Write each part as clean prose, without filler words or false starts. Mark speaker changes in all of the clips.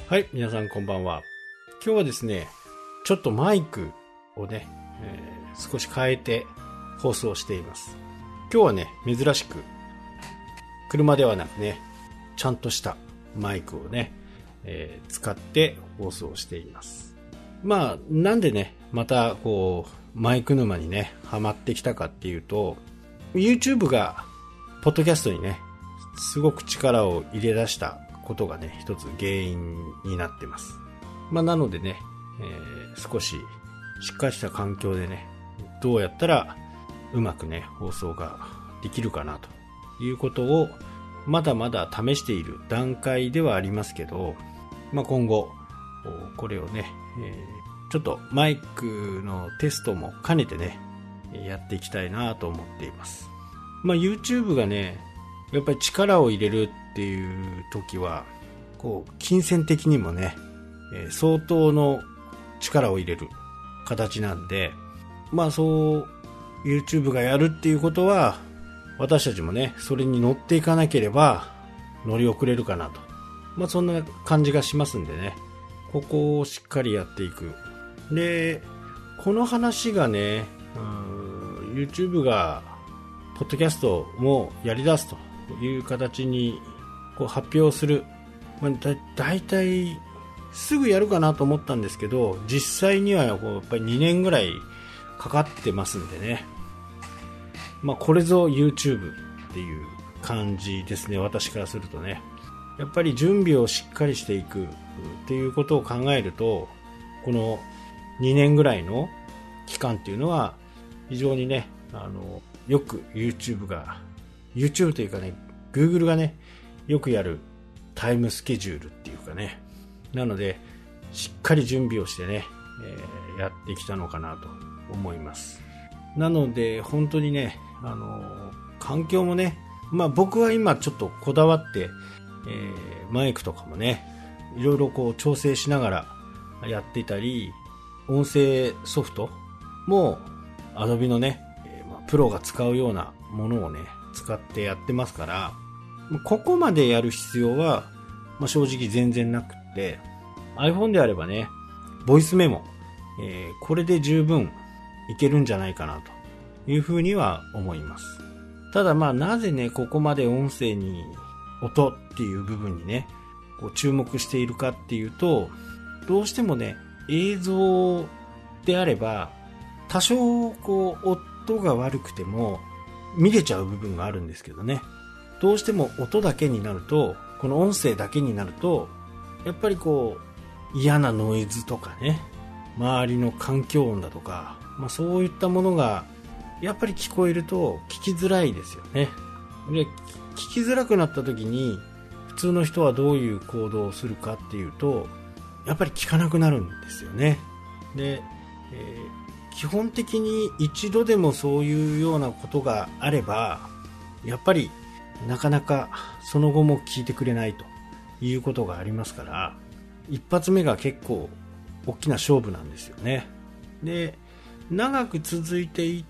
Speaker 1: はい、皆さんこんばんは。今日はですね、ちょっとマイクをね、少し変えて放送しています。今日はね、珍しく車ではなくね、ちゃんとしたマイクをね、使って放送しています。まあ、なんでね、またこうマイク沼にね、ハマってきたかっていうと、YouTube がポッドキャストにね、すごく力を入れ出したことがね、一つ原因になってます。まあ、なのでね、少ししっかりした環境でね、どうやったらうまくね、放送ができるかなということをまだまだ試している段階ではありますけど、まあ、今後これをね、ちょっとマイクのテストも兼ねてね、やっていきたいなと思っています。まあ、YouTube がね、やっぱり力を入れるっていう時はこう金銭的にもね、相当の力を入れる形なんで、まあそう YouTube がやるっていうことは私たちもね、それに乗っていかなければ乗り遅れるかなと、まあそんな感じがしますんでね、ここをしっかりやっていく。で、この話がね、YouTube がポッドキャストもやり出すという形にこう発表する、まあ、だいたいすぐやるかなと思ったんですけど、実際にはこうやっぱり2年ぐらいかかってますんでね、まあ、これぞ YouTube っていう感じですね。私からするとね、やっぱり準備をしっかりしていくっていうことを考えると、この2年ぐらいの期間っていうのは非常にね、よく YouTube というかね、Google がね、よくやるタイムスケジュールっていうかね、なのでしっかり準備をしてね、やってきたのかなと思います。なので本当にね、環境もね、まあ僕は今ちょっとこだわって、マイクとかもね、いろいろこう調整しながらやっていたり、音声ソフトも Adobe のね、プロが使うようなものをね、使ってやってますから、ここまでやる必要は、まあ、正直全然なくって、 iPhone であればね、ボイスメモ、これで十分いけるんじゃないかなというふうには思います。ただまあ、なぜね、ここまで音声に、音っていう部分にね、こう注目しているかっていうと、どうしてもね、映像であれば多少こう音が悪くても見れちゃう部分があるんですけどね、どうしても音だけになると、この音声だけになると、やっぱりこう嫌なノイズとかね、周りの環境音だとか、まあ、そういったものがやっぱり聞こえると聞きづらいですよね。で、聞きづらくなった時に普通の人はどういう行動をするかっていうと、やっぱり聞かなくなるんですよね。で、基本的に一度でもそういうようなことがあれば、やっぱりなかなかその後も聞いてくれないということがありますから、一発目が結構大きな勝負なんですよね。で、長く続いていって、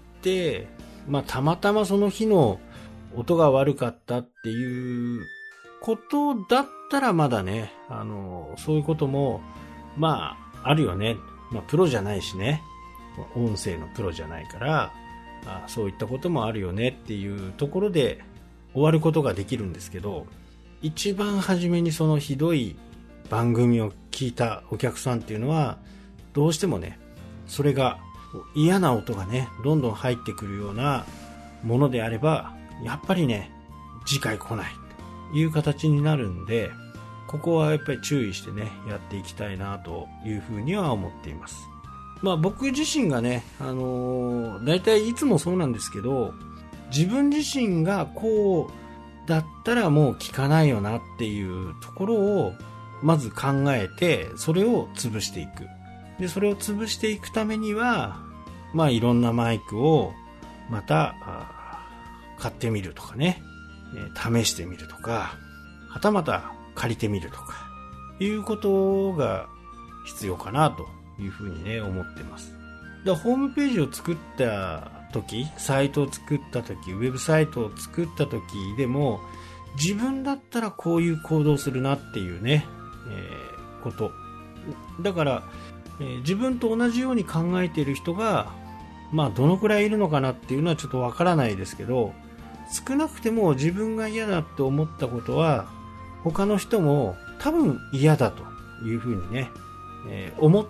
Speaker 1: まあ、たまたまその日の音が悪かったっていうことだったらまだね、そういうこともまああるよね。まあ、プロじゃないしね、音声のプロじゃないから、そういったこともあるよねっていうところで終わることができるんですけど、一番初めにそのひどい番組を聞いたお客さんっていうのは、どうしてもね、それが嫌な音がね、どんどん入ってくるようなものであれば、やっぱりね、次回来ないという形になるんで、ここはやっぱり注意してね、やっていきたいなというふうには思っています。まあ僕自身がね、大体いつもそうなんですけど、自分自身がこうだったらもう聞かないよなっていうところをまず考えて、それを潰していく。で、それを潰していくためには、まあいろんなマイクをまた買ってみるとかね、試してみるとか、はたまた借りてみるとかいうことが必要かなというふうにね、思ってます。で、ホームページを作った時、サイトを作った時、ウェブサイトを作った時でも、自分だったらこういう行動するなっていうね、 こと。だから、自分と同じように考えている人が、どのくらいいるのかなっていうのはちょっとわからないですけど、少なくても自分が嫌だって思ったことは、他の人も多分嫌だというふうにね、思って、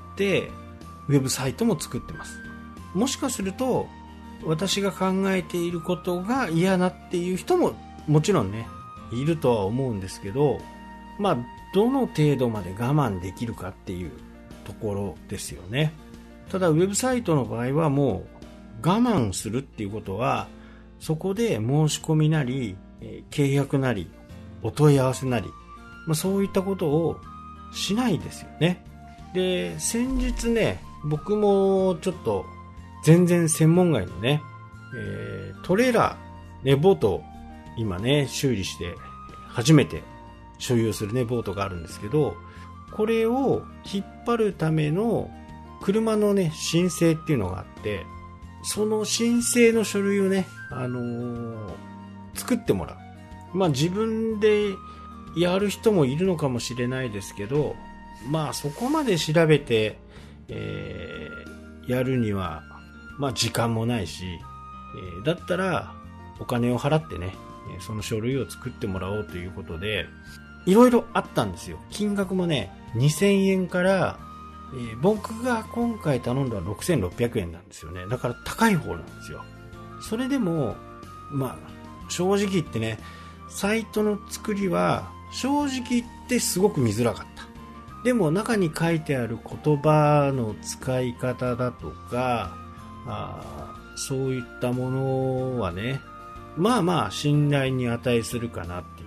Speaker 1: ウェブサイトも作ってます。もしかすると、私が考えていることが嫌だっていう人ももちろんね、いるとは思うんですけど、どの程度まで我慢できるかっていうところですよね。ただウェブサイトの場合はもう我慢するっていうことは、そこで申し込みなり、契約なり、お問い合わせなり、そういったことをしないですよね。で、先日ね、僕もちょっと全然専門外のね、トレーラー、ね、ボートを今ね、修理して初めて所有するね、ボートがあるんですけど、これを引っ張るための車のね、申請っていうのがあって、その申請の書類をね、作ってもらう。自分でやる人もいるのかもしれないですけど、そこまで調べて、やるには、時間もないし、だったらお金を払ってね、その書類を作ってもらおうということで、いろいろあったんですよ。金額もね、2000円から、僕が今回頼んだのは6600円なんですよね。だから高い方なんですよ。それでも、正直言ってね、サイトの作りは正直言ってすごく見づらかった。でも中に書いてある言葉の使い方だとか、そういったものはね、信頼に値するかなっていう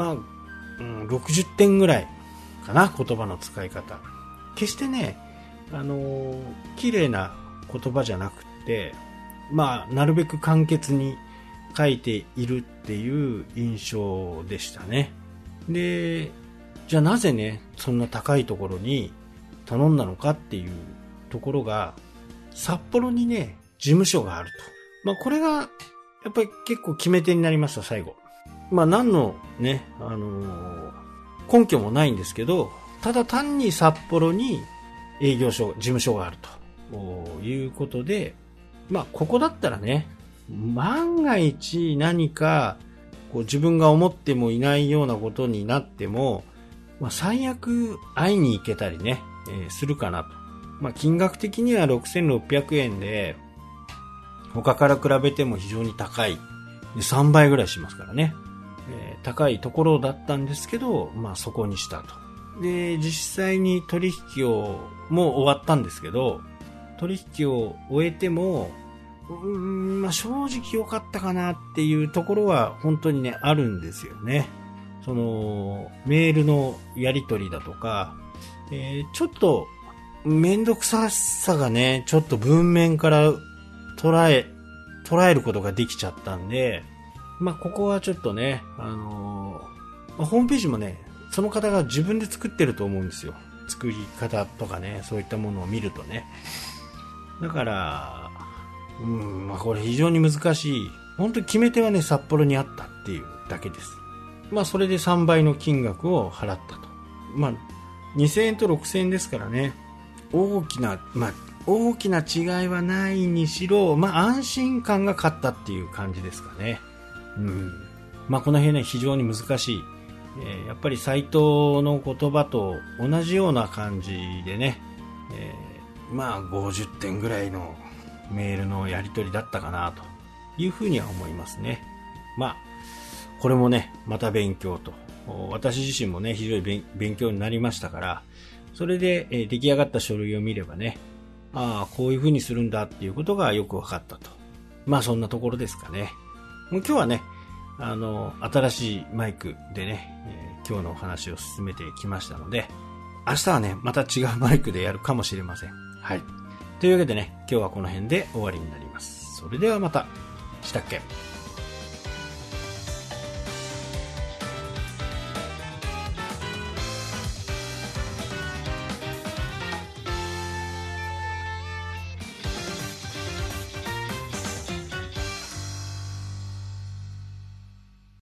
Speaker 1: 。60点ぐらいかな、言葉の使い方。決してね、綺麗な言葉じゃなくて、なるべく簡潔に書いているっていう印象でしたね。で、じゃあなぜね、そんな高いところに頼んだのかっていうところが、札幌にね、事務所があると。これが、やっぱり結構決め手になりました、最後。何のね、根拠もないんですけど、ただ単に札幌に営業所、事務所があるということで、ここだったらね、万が一何か自分が思ってもいないようなことになっても、最悪会いに行けたりね、するかなと。金額的には6600円で、他から比べても非常に高い。で3倍ぐらいしますからね。高いところだったんですけど、そこにしたと。で、実際に取引を、もう終わったんですけど、取引を終えても、正直良かったかなっていうところは本当にね、あるんですよね。その、メールのやり取りだとか、ちょっと、めんどくささがね、ちょっと文面から捉えることができちゃったんで、ここはちょっとね、ホームページもね、その方が自分で作ってると思うんですよ。作り方とかね、そういったものを見るとね。だから、これ非常に難しい。本当に決め手はね、札幌にあったっていうだけです。それで3倍の金額を払ったと。2000円と6000円ですからね、大きな違いはないにしろ、安心感が勝ったっていう感じですかね。この辺ね、非常に難しい。やっぱりサイトの言葉と同じような感じでね、50点ぐらいのメールのやり取りだったかなというふうには思いますね。これもね、また勉強と。私自身もね、非常に勉強になりましたから、それで、出来上がった書類を見ればね、こういうふうにするんだっていうことがよく分かったと。そんなところですかね。もう今日はね、新しいマイクでね、今日のお話を進めてきましたので、明日はね、また違うマイクでやるかもしれません。はい。というわけでね、今日はこの辺で終わりになります。それではまた。したっけ。